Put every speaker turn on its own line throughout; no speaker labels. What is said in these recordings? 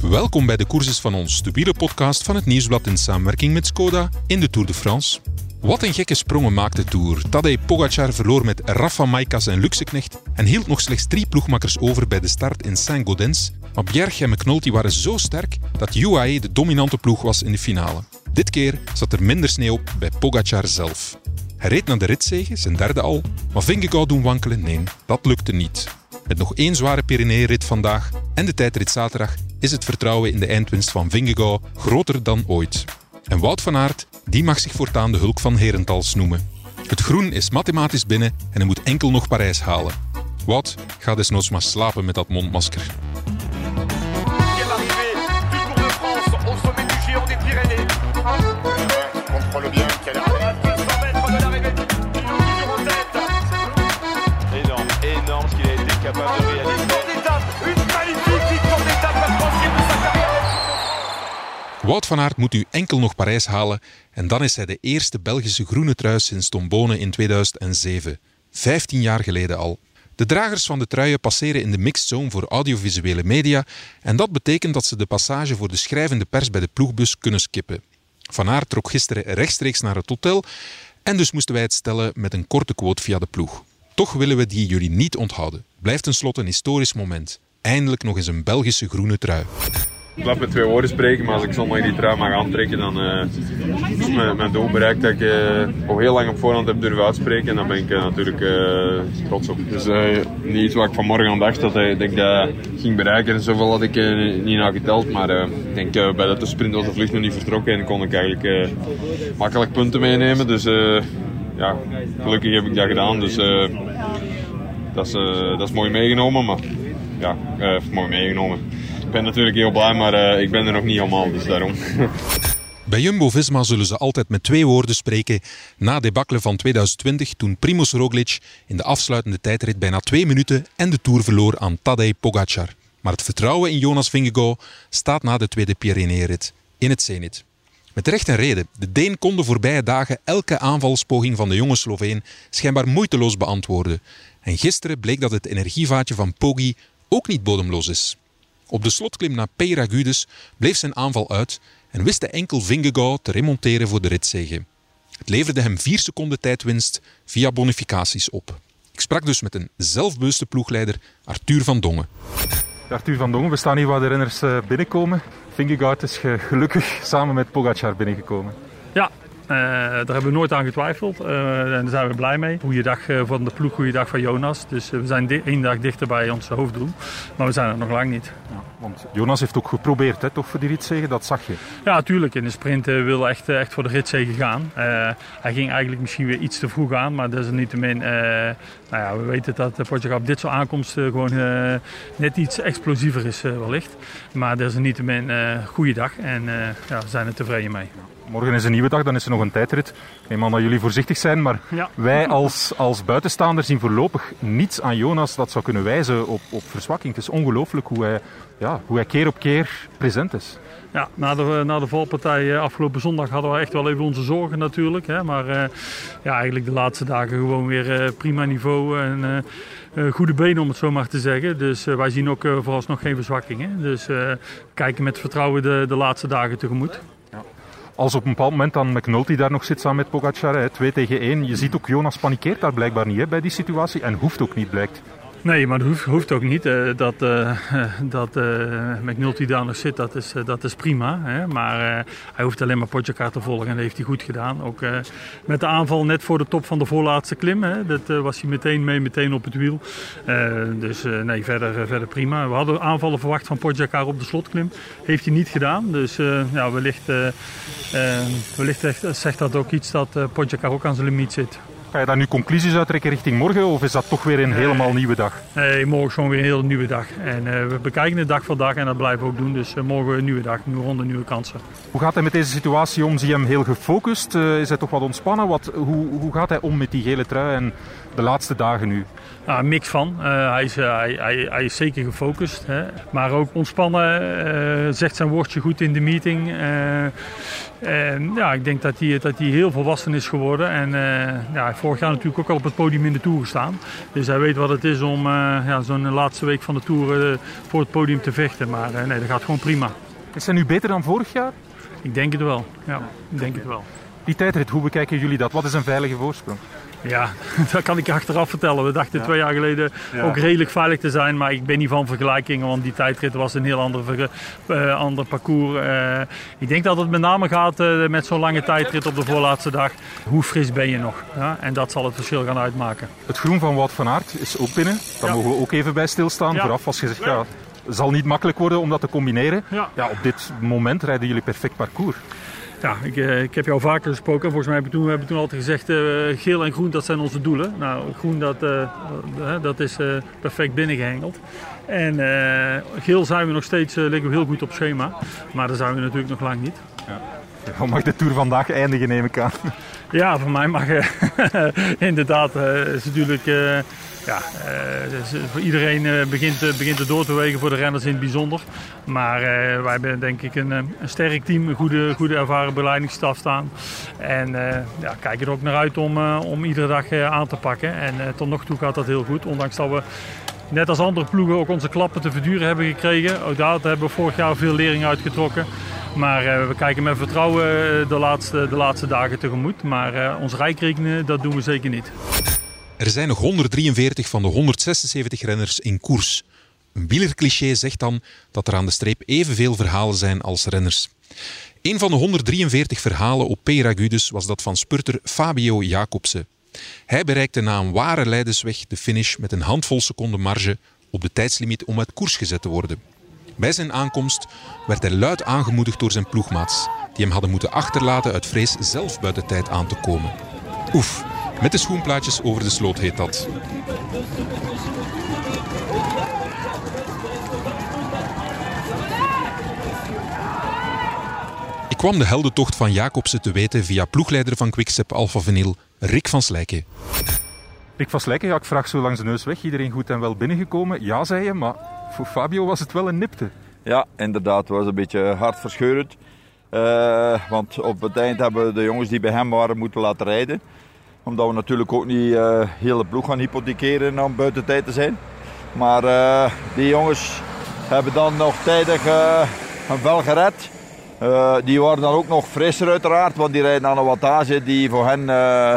Welkom bij de Courses van ons, de wielerpodcast van het Nieuwsblad in samenwerking met Skoda in de Tour de France. Wat een gekke sprongen maakte de Tour. Tadej Pogačar verloor met Rafa Majka en Luxeknecht en hield nog slechts 3 ploegmakkers over bij de start in Saint-Gaudens. Maar Bjerg en McNulty waren zo sterk dat UAE de dominante ploeg was in de finale. Dit keer zat er minder sneeuw op bij Pogačar zelf. Hij reed naar de ritzege, zijn derde al, maar Vingegaard doen wankelen, nee, dat lukte niet. Met nog 1 zware Pyrenee-rit vandaag en de tijdrit zaterdag is het vertrouwen in de eindwinst van Vingegaard groter dan ooit. En Wout van Aert, die mag zich voortaan de Hulk van Herentals noemen. Het groen is mathematisch binnen en hij moet enkel nog Parijs halen. Wout, ga desnoods maar slapen met dat mondmasker. Wout van Aert moet nu enkel nog Parijs halen en dan is hij de eerste Belgische groene trui sinds Tom Bonen in 2007. 15 jaar geleden al. De dragers van de truien passeren in de mixed zone voor audiovisuele media en dat betekent dat ze de passage voor de schrijvende pers bij de ploegbus kunnen skippen. Van Aert trok gisteren rechtstreeks naar het hotel en dus moesten wij het stellen met een korte quote via de ploeg. Toch willen we die jullie niet onthouden. Blijft tenslotte een historisch moment. Eindelijk nog eens een Belgische groene trui.
Ik laat met 2 woorden spreken, maar als ik zondag die trui mag aantrekken, dan is mijn doel bereikt dat ik al heel lang op voorhand heb durven uitspreken. En daar ben ik natuurlijk trots op. Dus niet iets wat ik vanmorgen aan dacht dat ik dat ging bereiken. En zoveel had ik niet naar geteld. Maar ik denk bij de tussensprint was de vlucht nog niet vertrokken en kon ik eigenlijk makkelijk punten meenemen. Dus ja, gelukkig heb ik dat gedaan. Dus dat is mooi meegenomen. Maar ja, mooi meegenomen. Ik ben natuurlijk heel blij, maar ik ben er nog niet helemaal, dus daarom.
Bij Jumbo-Visma zullen ze altijd met 2 woorden spreken na debakkelen van 2020 toen Primož Roglič in de afsluitende tijdrit bijna 2 minuten en de Tour verloor aan Tadej Pogačar. Maar het vertrouwen in Jonas Vingegaard staat na de tweede Pyrenee-rit in het zenit. Met recht en reden, de Deen kon de voorbije dagen elke aanvalspoging van de jonge Sloveen schijnbaar moeiteloos beantwoorden. En gisteren bleek dat het energievaatje van Poggi ook niet bodemloos is. Op de slotklim naar Peyragudes bleef zijn aanval uit en wist hij enkel Vingegaard te remonteren voor de ritzege. Het leverde hem 4 seconden tijdwinst via bonificaties op. Ik sprak dus met een zelfbewuste ploegleider, Arthur van Dongen.
Arthur van Dongen, we staan hier waar de renners binnenkomen. Vingegaard is gelukkig samen met Pogačar binnengekomen.
Ja. Daar hebben we nooit aan getwijfeld en daar zijn we blij mee. Goeie dag van de ploeg, goeie dag van Jonas. Dus we zijn 1 dag dichter bij ons hoofddoel, maar we zijn er nog lang niet.
Ja, want Jonas heeft ook geprobeerd, hè, toch, voor die ritzege, dat zag je.
Ja, natuurlijk. In de sprint wil hij echt voor de ritzege gaan. Hij ging eigenlijk misschien weer iets te vroeg aan, maar desalniettemin, we weten dat Pogačar op dit soort aankomsten gewoon net iets explosiever is wellicht. Maar desalniettemin goede dag en we zijn er tevreden mee.
Morgen is een nieuwe dag, dan is er nog een tijdrit. Ik neem aan dat jullie voorzichtig zijn, maar ja. Wij als buitenstaanders zien voorlopig niets aan Jonas dat zou kunnen wijzen op verzwakking. Het is ongelooflijk hoe hij keer op keer present is.
Ja, na de valpartij afgelopen zondag hadden we echt wel even onze zorgen natuurlijk. Hè? Maar eigenlijk de laatste dagen gewoon weer prima niveau en goede benen om het zo maar te zeggen. Dus wij zien ook vooralsnog geen verzwakking. Hè? Dus we kijken met vertrouwen de laatste dagen tegemoet.
Als op een bepaald moment dan McNulty daar nog zit samen met Pogačar, 2 tegen 1. Je ziet ook Jonas panikeert daar blijkbaar niet, hè, bij die situatie. En hoeft ook niet, blijkt.
Nee, maar dat hoeft ook niet. Dat McNulty daar nog zit, dat is prima. Hè? Maar hij hoeft alleen maar Pogačar te volgen en dat heeft hij goed gedaan. Ook met de aanval net voor de top van de voorlaatste klim. Hè? Dat was hij meteen op het wiel. Verder prima. We hadden aanvallen verwacht van Pogačar op de slotklim. Heeft hij niet gedaan. Dus wellicht zegt dat ook iets dat Pogačar ook aan zijn limiet zit.
Ga je daar nu conclusies uittrekken richting morgen of is dat toch weer een helemaal nieuwe dag?
Nee, morgen is gewoon weer een hele nieuwe dag. En we bekijken de dag voor dag en dat blijven we ook doen. Dus morgen een nieuwe dag, nieuwe ronde, nieuwe kansen.
Hoe gaat hij met deze situatie om? Zie je hem heel gefocust? Is hij toch wat ontspannen? Hoe gaat hij om met die gele trui en de laatste dagen nu?
Een mix van. Hij is zeker gefocust. Hè. Maar ook ontspannen. Zegt zijn woordje goed in de meeting. En ja, ik denk dat hij heel volwassen is geworden. En hij heeft vorig jaar natuurlijk ook al op het podium in de Tour gestaan. Dus hij weet wat het is om zo'n laatste week van de Tour voor het podium te vechten. Maar nee, dat gaat gewoon prima.
Is hij nu beter dan vorig jaar?
Ik denk het wel. Ja, ik denk het wel.
Die tijdrit, hoe bekijken jullie dat? Wat is een veilige voorsprong?
Ja, dat kan ik je achteraf vertellen. We dachten 2 jaar geleden ook redelijk veilig te zijn. Maar ik ben niet van vergelijkingen, want die tijdrit was een heel ander parcours. Ik denk dat het met name gaat met zo'n lange tijdrit op de voorlaatste dag. Hoe fris ben je nog? Ja? En dat zal het verschil gaan uitmaken.
Het groen van Wout van Aert is ook binnen. Daar mogen we ook even bij stilstaan. Ja. Vooraf was gezegd, het zal niet makkelijk worden om dat te combineren. Ja, op dit moment rijden jullie perfect parcours.
Ja, ik heb jou vaker gesproken. Volgens mij hebben we toen altijd gezegd, geel en groen, dat zijn onze doelen. Nou, groen, dat is perfect binnengehengeld. En geel zijn we nog steeds, liggen we heel goed op schema. Maar daar zijn we natuurlijk nog lang niet.
Ja. Hoe mag de Tour vandaag eindigen, neem ik aan?
Ja, voor mij mag inderdaad, is natuurlijk... voor iedereen begint het door te wegen, voor de renners in het bijzonder. Maar wij hebben denk ik een sterk team, een goede ervaren begeleidingsstaf staan. En kijken er ook naar uit om iedere dag aan te pakken. En tot nog toe gaat dat heel goed, ondanks dat we net als andere ploegen ook onze klappen te verduren hebben gekregen. Ook daar hebben we vorig jaar veel lering uitgetrokken. Maar we kijken met vertrouwen de laatste dagen tegemoet. Maar ons rijk rekenen, dat doen we zeker niet.
Er zijn nog 143 van de 176 renners in koers. Een wielercliché zegt dan dat er aan de streep evenveel verhalen zijn als renners. Een van de 143 verhalen op Peyragudes was dat van spurter Fabio Jacobsen. Hij bereikte na een ware lijdensweg de finish met een handvol seconden marge op de tijdslimiet om uit koers gezet te worden. Bij zijn aankomst werd hij luid aangemoedigd door zijn ploegmaats, die hem hadden moeten achterlaten uit vrees zelf buiten tijd aan te komen. Oef, met de schoenplaatjes over de sloot heet dat. Ik kwam de heldentocht van Jacobsen te weten via ploegleider van Quickstep Alpha Vinyl, Rick van Slijke.
Rick van Slijke, ik vraag zo langs de neus weg. Iedereen goed en wel binnengekomen? Ja, zei je, maar voor Fabio was het wel een nipte.
Ja, inderdaad. Het was een beetje hartverscheurend. Want op het eind hebben we de jongens die bij hem waren moeten laten rijden. Omdat we natuurlijk ook niet heel de ploeg gaan hypothekeren om buiten tijd te zijn. Maar die jongens hebben dan nog tijdig een vel gered. Die waren dan ook nog frisser uiteraard, want die rijden aan een wattage die voor hen,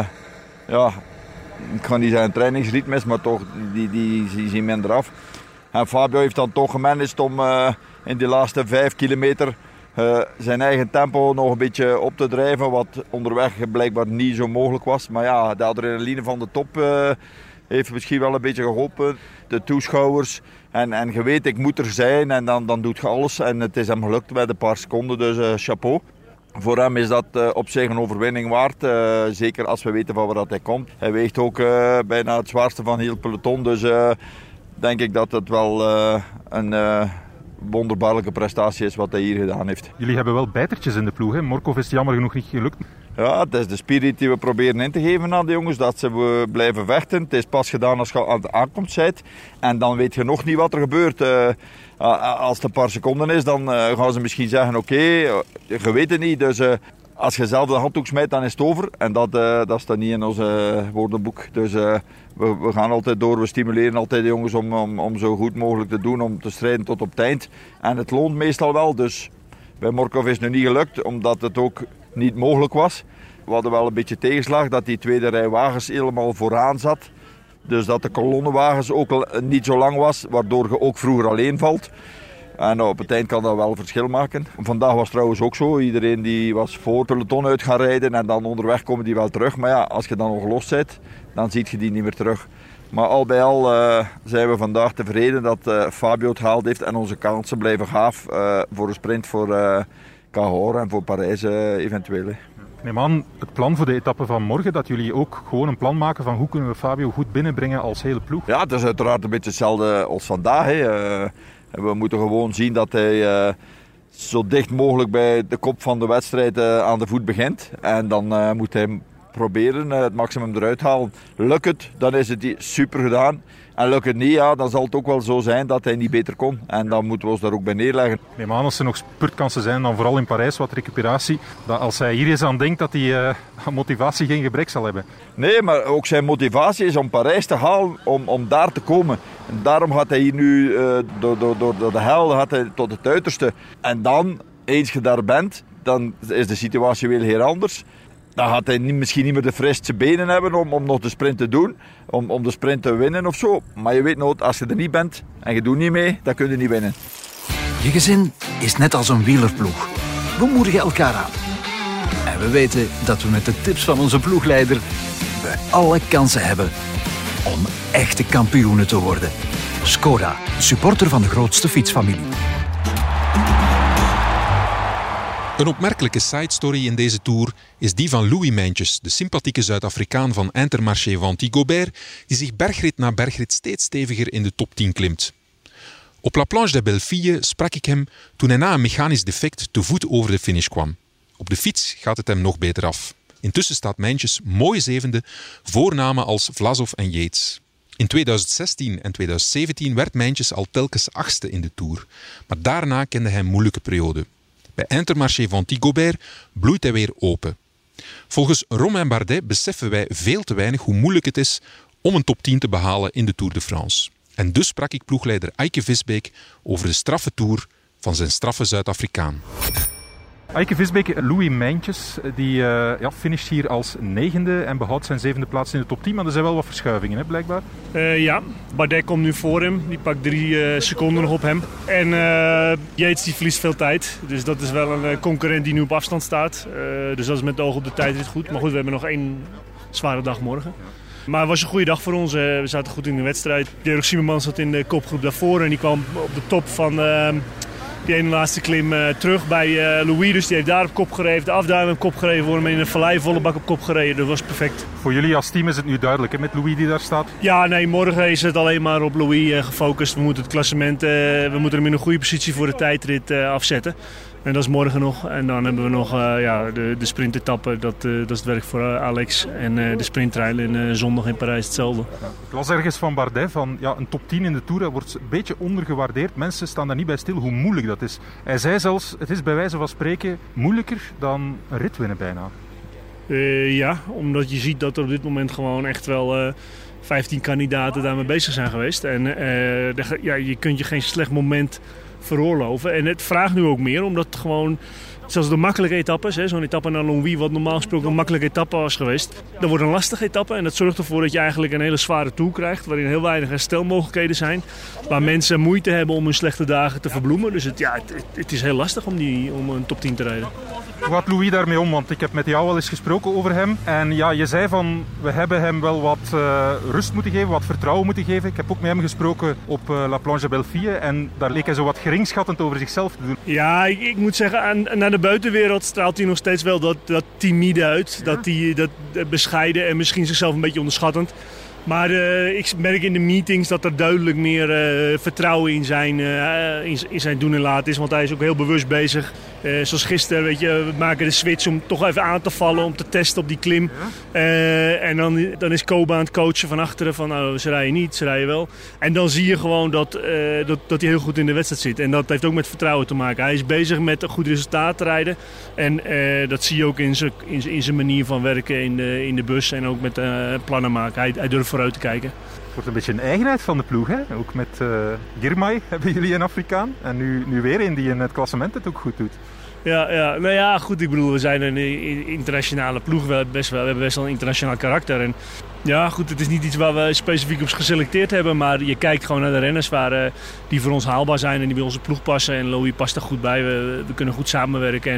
ik ga niet zeggen trainingsritme is, maar toch, die zien minder af. En Fabio heeft dan toch gemanaged om in die laatste 5 kilometer zijn eigen tempo nog een beetje op te drijven, wat onderweg blijkbaar niet zo mogelijk was. Maar ja, de adrenaline van de top heeft misschien wel een beetje geholpen. De toeschouwers en je weet, ik moet er zijn en dan doet je alles. En het is hem gelukt met een paar seconden, dus chapeau. Voor hem is dat op zich een overwinning waard, zeker als we weten van waar hij komt. Hij weegt ook bijna het zwaarste van heel het peloton, dus denk ik dat het wel een wonderbaarlijke prestatie is wat hij hier gedaan heeft.
Jullie hebben wel bijtertjes in de ploeg, hè? Morkov is jammer genoeg niet gelukt.
Ja, het is de spirit die we proberen in te geven aan de jongens, dat ze blijven vechten. Het is pas gedaan als je aan de aankomst bent en dan weet je nog niet wat er gebeurt. Als het een paar seconden is, dan gaan ze misschien zeggen oké, je weet het niet. Dus als je zelf de handdoek smijt, dan is het over. En dat staat niet in ons woordenboek. Dus we gaan altijd door, we stimuleren altijd de jongens om zo goed mogelijk te doen, om te strijden tot op het eind. En het loont meestal wel, dus bij Morkov is het nu niet gelukt, omdat het ook niet mogelijk was. We hadden wel een beetje tegenslag dat die tweede rij wagens helemaal vooraan zat. Dus dat de kolonnenwagens ook niet zo lang was, waardoor je ook vroeger alleen valt. En op het eind kan dat wel verschil maken. Vandaag was het trouwens ook zo. Iedereen die was voor het peloton uit gaan rijden en dan onderweg komen die wel terug. Maar ja, als je dan nog los zit, dan zie je die niet meer terug. Maar al bij al zijn we vandaag tevreden dat Fabio het gehaald heeft en onze kansen blijven gaaf voor een sprint voor Cahors en voor Parijs eventueel.
Neem aan, het plan voor de etappe van morgen, dat jullie ook gewoon een plan maken van hoe kunnen we Fabio goed binnenbrengen als hele ploeg?
Ja, het is uiteraard een beetje hetzelfde als vandaag. We moeten gewoon zien dat hij zo dicht mogelijk bij de kop van de wedstrijd aan de voet begint. En dan moet hij proberen het maximum eruit halen. Lukt het, dan is het super gedaan. En lukt het niet, ja, dan zal het ook wel zo zijn dat hij niet beter kon. En dan moeten we ons daar ook bij neerleggen.
Nee, maar als er nog spurtkansen zijn, dan vooral in Parijs wat recuperatie. Dat als hij hier eens aan denkt, dat hij aan motivatie geen gebrek zal hebben.
Nee, maar ook zijn motivatie is om Parijs te halen, om daar te komen. En daarom gaat hij hier nu door de hel gaat hij tot het uiterste. En dan, eens je daar bent, dan is de situatie weer heel anders. Dan gaat hij misschien niet meer de frisste benen hebben om nog de sprint te doen. Om de sprint te winnen of zo. Maar je weet nooit, als je er niet bent en je doet niet mee, dan kun je niet winnen.
Je gezin is net als een wielerploeg. We moedigen elkaar aan. En we weten dat we met de tips van onze ploegleider we alle kansen hebben om echte kampioenen te worden. Škoda, supporter van de grootste fietsfamilie.
Een opmerkelijke sidestory in deze Tour is die van Louis Meintjes, de sympathieke Zuid-Afrikaan van Intermarché Wanty-Gobert, die zich bergrit na bergrit steeds steviger in de top 10 klimt. Op La Planche des Belles Filles sprak ik hem toen hij na een mechanisch defect te voet over de finish kwam. Op de fiets gaat het hem nog beter af. Intussen staat Meintjes mooi zevende voor namen als Vlasov en Yates. In 2016 en 2017 werd Meintjes al telkens 8e in de Tour, maar daarna kende hij een moeilijke periode. Bij Intermarché Wanty-Gobert bloeit hij weer open. Volgens Romain Bardet beseffen wij veel te weinig hoe moeilijk het is om een top 10 te behalen in de Tour de France. En dus sprak ik ploegleider Eike Visbeek over de straffe Tour van zijn straffe Zuid-Afrikaan.
Eike Visbeek, Louis Meintjes, die finisht hier als 9e en behoudt zijn 7e plaats in de top 10. Maar er zijn wel wat verschuivingen, hè, blijkbaar.
Ja, Bardet komt nu voor hem. Die pakt 3 seconden nog op hem. En Yates die verliest veel tijd. Dus dat is wel een concurrent die nu op afstand staat. Dus dat is met het oog op de tijdrit goed. Maar goed, we hebben nog 1 zware dag morgen. Maar het was een goede dag voor ons. We zaten goed in de wedstrijd. Georg Siememans zat in de kopgroep daarvoor. En die kwam op de top van die ene laatste klim terug bij Louis. Dus die heeft daar op kop gereden. De afdaling op kop gereden. Voor hem in een vallei volle bak op kop gereden. Dat was perfect.
Voor jullie als team is het nu duidelijk, hè, met Louis die daar staat?
Ja, nee, morgen is het alleen maar op Louis gefocust. We moeten het klassement, we moeten hem in een goede positie voor de tijdrit afzetten. En dat is morgen nog. En dan hebben we nog de sprintetappe. Dat is het werk voor Alex. En de sprinttrein en zondag in Parijs hetzelfde.
Ik las ergens van Bardet van een top 10 in de Tour. Dat wordt een beetje ondergewaardeerd. Mensen staan daar niet bij stil hoe moeilijk dat is. Hij zei zelfs, het is bij wijze van spreken moeilijker dan een rit winnen bijna.
Ja, omdat je ziet dat er op dit moment gewoon echt wel 15 kandidaten daarmee bezig zijn geweest. En je kunt je geen slecht moment veroorloven. En het vraagt nu ook meer, omdat gewoon, zelfs de makkelijke etappes, zo'n etappe naar Longwy, wat normaal gesproken een makkelijke etappe was geweest, dat wordt een lastige etappe en dat zorgt ervoor dat je eigenlijk een hele zware Tour krijgt, waarin heel weinig herstelmogelijkheden zijn, waar mensen moeite hebben om hun slechte dagen te verbloemen. Dus het is heel lastig om een top 10 te rijden.
Hoe gaat Louis daarmee om? Want ik heb met jou al eens gesproken over hem. En ja, je zei van, we hebben hem wel wat rust moeten geven, wat vertrouwen moeten geven. Ik heb ook met hem gesproken op La Planche des Belles Filles. En daar leek hij zo wat geringschattend over zichzelf te doen.
Ja, ik moet zeggen, naar de buitenwereld straalt hij nog steeds wel dat timide uit. Ja? Dat bescheiden en misschien zichzelf een beetje onderschattend. Maar ik merk in de meetings dat er duidelijk meer vertrouwen in zijn doen en laten is. Want hij is ook heel bewust bezig. Zoals gisteren, we maken de switch om toch even aan te vallen, om te testen op die klim. Ja. En dan is Koba aan het coachen van achteren van ze rijden niet, ze rijden wel. En dan zie je gewoon dat hij heel goed in de wedstrijd zit. En dat heeft ook met vertrouwen te maken. Hij is bezig met een goed resultaat te rijden. En dat zie je ook in zijn manier van werken in de bus en ook met plannen maken. Hij durft vooruit te kijken.
Het wordt een beetje een eigenheid van de ploeg, hè? Ook met Girmay hebben jullie een Afrikaan. En nu weer een die in het klassement het ook goed doet.
Ja, nou ja, goed. Ik bedoel, we zijn een internationale ploeg. We hebben best wel een internationaal karakter. En ja, goed, het is niet iets waar we specifiek op geselecteerd hebben. Maar je kijkt gewoon naar de renners die voor ons haalbaar zijn en die bij onze ploeg passen. En Louis past er goed bij. We kunnen goed samenwerken. En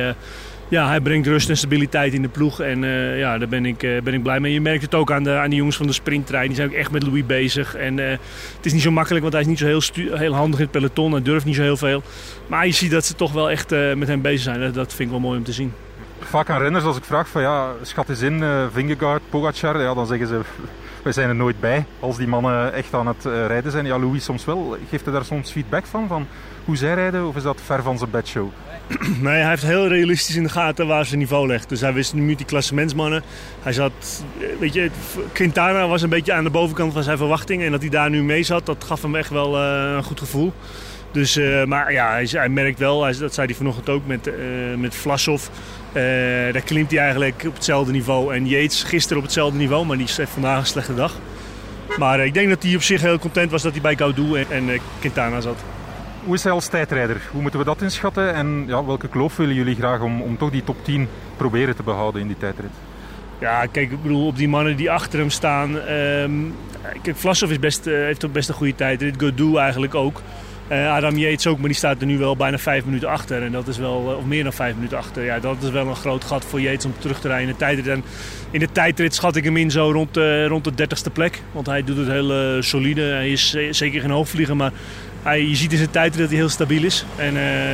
hij brengt rust en stabiliteit in de ploeg. En daar ben ik blij mee. Je merkt het ook aan de jongens van de sprinttrein. Die zijn ook echt met Louis bezig. En het is niet zo makkelijk, want hij is niet zo heel handig in het peloton. Hij durft niet zo heel veel. Maar je ziet dat ze toch wel echt met hem bezig zijn. Dat vind ik wel mooi om te zien.
Vaak aan renners, als ik vraag van schat eens in, Vingegaard, Pogacar, dan zeggen ze, wij zijn er nooit bij als die mannen echt aan het rijden zijn. Ja, Louis soms wel. Geeft hij daar soms feedback van hoe zij rijden, of is dat ver van zijn bedshow?
Nee, hij heeft heel realistisch in de gaten waar zijn niveau ligt. Dus hij wist nu die klassementsmannen. Hij zat, Quintana was een beetje aan de bovenkant van zijn verwachting. En dat hij daar nu mee zat, dat gaf hem echt wel een goed gevoel. Dus, maar ja, hij merkt wel, dat zei hij vanochtend ook met Vlasov. Daar klimt hij eigenlijk op hetzelfde niveau. En Yates gisteren op hetzelfde niveau, maar die heeft vandaag een slechte dag. Maar ik denk dat hij op zich heel content was dat hij bij Gaudu en Quintana zat.
Hoe is hij als tijdrijder? Hoe moeten we dat inschatten? En ja, welke kloof willen jullie graag om toch die top 10 proberen te behouden in die tijdrit?
Ja, kijk, ik bedoel, op die mannen die achter hem staan. Kijk, Vlasov heeft ook best een goede tijdrit. Gaudu eigenlijk ook. Adam Yates ook, maar die staat er nu wel bijna 5 minuten achter. En dat is wel, of meer dan 5 minuten achter. Ja, dat is wel een groot gat voor Yates om terug te rijden in de tijdrit. En in de tijdrit schat ik hem in zo rond de 30ste plek. Want hij doet het heel solide. Hij is zeker geen hoogvlieger, maar je ziet in zijn tijdrit dat hij heel stabiel is. En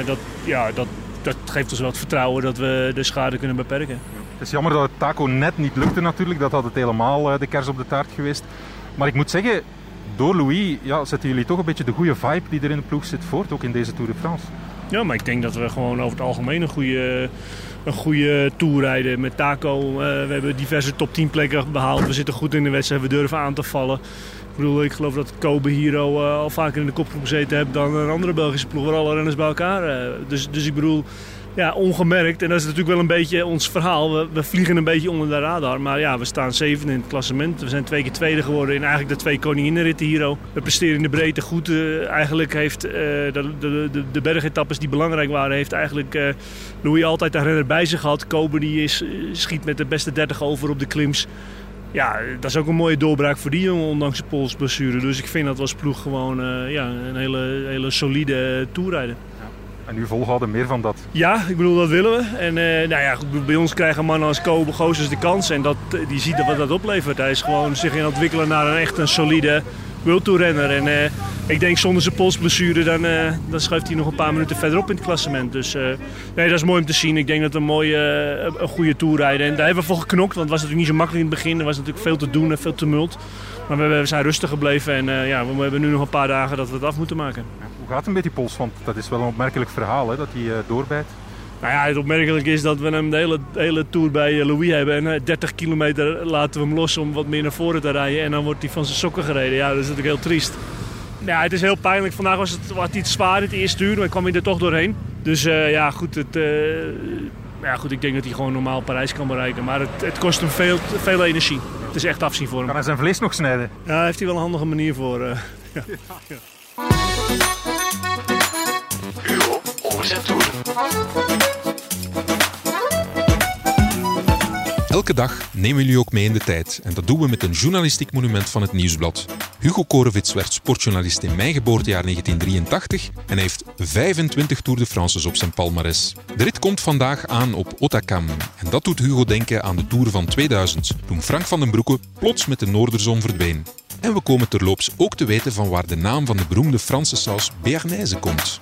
dat geeft ons wel het vertrouwen dat we de schade kunnen beperken.
Het is jammer dat het Taco net niet lukte natuurlijk. Dat had het helemaal de kers op de taart geweest. Maar ik moet zeggen, door Louis zetten jullie toch een beetje de goede vibe die er in de ploeg zit voort, ook in deze Tour de France.
Ja, maar ik denk dat we gewoon over het algemeen een goede Tour rijden met Taco. We hebben diverse top 10 plekken behaald. We zitten goed in de wedstrijd, we durven aan te vallen. Ik geloof dat Kobe Hero al vaker in de kopgroep gezeten heeft dan een andere Belgische ploeg, waar alle renners bij elkaar. Dus ik bedoel, ja, ongemerkt. En dat is natuurlijk wel een beetje ons verhaal. We vliegen een beetje onder de radar. Maar ja, we staan 7 in het klassement. We zijn 2 keer tweede geworden in eigenlijk de 2 koninginnenritten Hero. We presteren in de breedte goed. Eigenlijk heeft de bergetappes die belangrijk waren, heeft eigenlijk Louis altijd een renner bij zich gehad. Kobe die schiet met de beste 30 over op de klims. Ja, dat is ook een mooie doorbraak voor die jongen, ondanks de polsblessure. Dus ik vind dat we als ploeg gewoon een hele solide Tour rijden.
En nu volhouden meer van dat?
Ja, ik bedoel, dat willen we. En bij ons krijgen mannen als Kobe Goossens de kans. En die ziet wat dat oplevert. Hij is gewoon zich aan het ontwikkelen naar een solide World Tour renner. En ik denk zonder zijn polsblessure, dan schuift hij nog een paar minuten verderop in het klassement. Dus dat is mooi om te zien. Ik denk dat we een goede Tour rijden. En daar hebben we voor geknokt, want het was natuurlijk niet zo makkelijk in het begin. Er was natuurlijk veel te doen en veel tumult. Maar we zijn rustig gebleven en we hebben nu nog een paar dagen dat we het af moeten maken.
Hoe gaat het met die pols? Want dat is wel een opmerkelijk verhaal, hè, dat hij doorbijt.
Nou ja, het opmerkelijk is dat we hem de hele Tour bij Louis hebben. En 30 kilometer laten we hem los om wat meer naar voren te rijden. En dan wordt hij van zijn sokken gereden. Ja, dat is natuurlijk heel triest. Ja, het is heel pijnlijk. Vandaag was het iets zwaar het eerste uur, maar kwam hij er toch doorheen. Dus goed, ik denk dat hij gewoon normaal Parijs kan bereiken. Maar het kost hem veel energie. Het is echt afzien voor hem.
Kan hij zijn vlees nog snijden?
Ja, daar heeft hij wel een handige manier voor. Ja.
Hugo over zijn Tour.
Elke dag nemen we jullie ook mee in de tijd. En dat doen we met een journalistiek monument van het Nieuwsblad. Hugo Korevics werd sportjournalist in mijn geboortejaar 1983 en heeft 25 Tour de France's op zijn palmares. De rit komt vandaag aan op Hautacam. En dat doet Hugo denken aan de Tour van 2000, toen Frank van den Broeke plots met de Noorderzon verdween. En we komen terloops ook te weten van waar de naam van de beroemde Franse saus Béarnaise komt.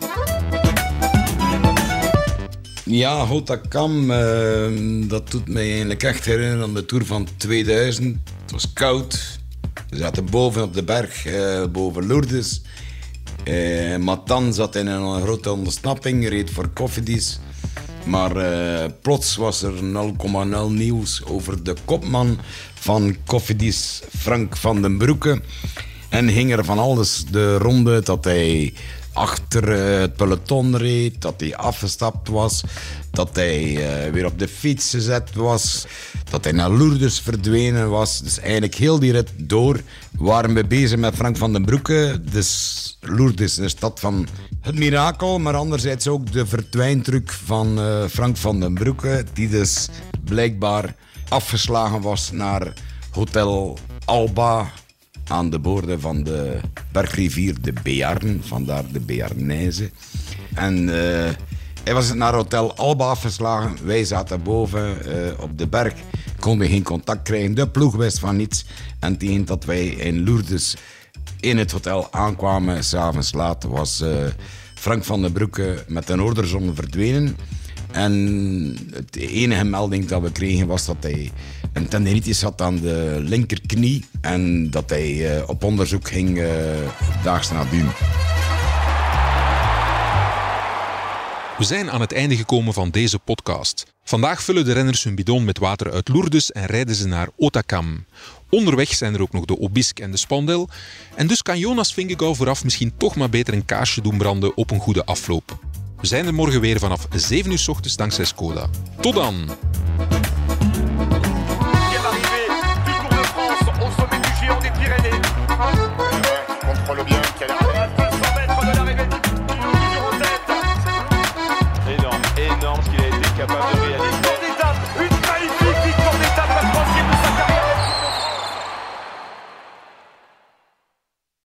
Ja, Hautacam, dat doet mij eigenlijk echt herinneren aan de Tour van 2000. Het was koud. We zaten boven op de berg, boven Lourdes. Matan zat in een grote ontsnapping, reed voor Cofidis. Maar plots was er 0,0 nieuws over de kopman van Cofidis, Frank van den Broeke. En ging er van alles de ronde dat hij achter het peloton reed, dat hij afgestapt was, dat hij weer op de fiets gezet was, dat hij naar Lourdes verdwenen was. Dus eigenlijk heel die rit door waren we bezig met Frank van den Broeke. Dus Lourdes, een stad van het mirakel, maar anderzijds ook de verdwijntruc van Frank van den Broeke, die dus blijkbaar afgeslagen was naar Hotel Alba aan de boorden van de bergrivier de Béarn, vandaar de Béarnaise. En hij was naar Hotel Alba afgeslagen. Wij zaten boven op de berg, konden geen contact krijgen. De ploeg wist van niets. En tegen dat wij in Lourdes in het hotel aankwamen, 's avonds laat, was Frank van den Broeke met de Noorderzon verdwenen. En de enige melding dat we kregen was dat hij een tendinitis had aan de linkerknie en dat hij op onderzoek ging daags naar Buum.
We zijn aan het einde gekomen van deze podcast. Vandaag vullen de renners hun bidon met water uit Lourdes en rijden ze naar Hautacam. Onderweg zijn er ook nog de Obisque en de Spandel. En dus kan Jonas Vingegaard vooraf misschien toch maar beter een kaarsje doen branden op een goede afloop. We zijn er morgen weer vanaf 7 uur 's ochtends dankzij Skoda. Tot dan!
Énorme ce qu'il a été capable de réaliser.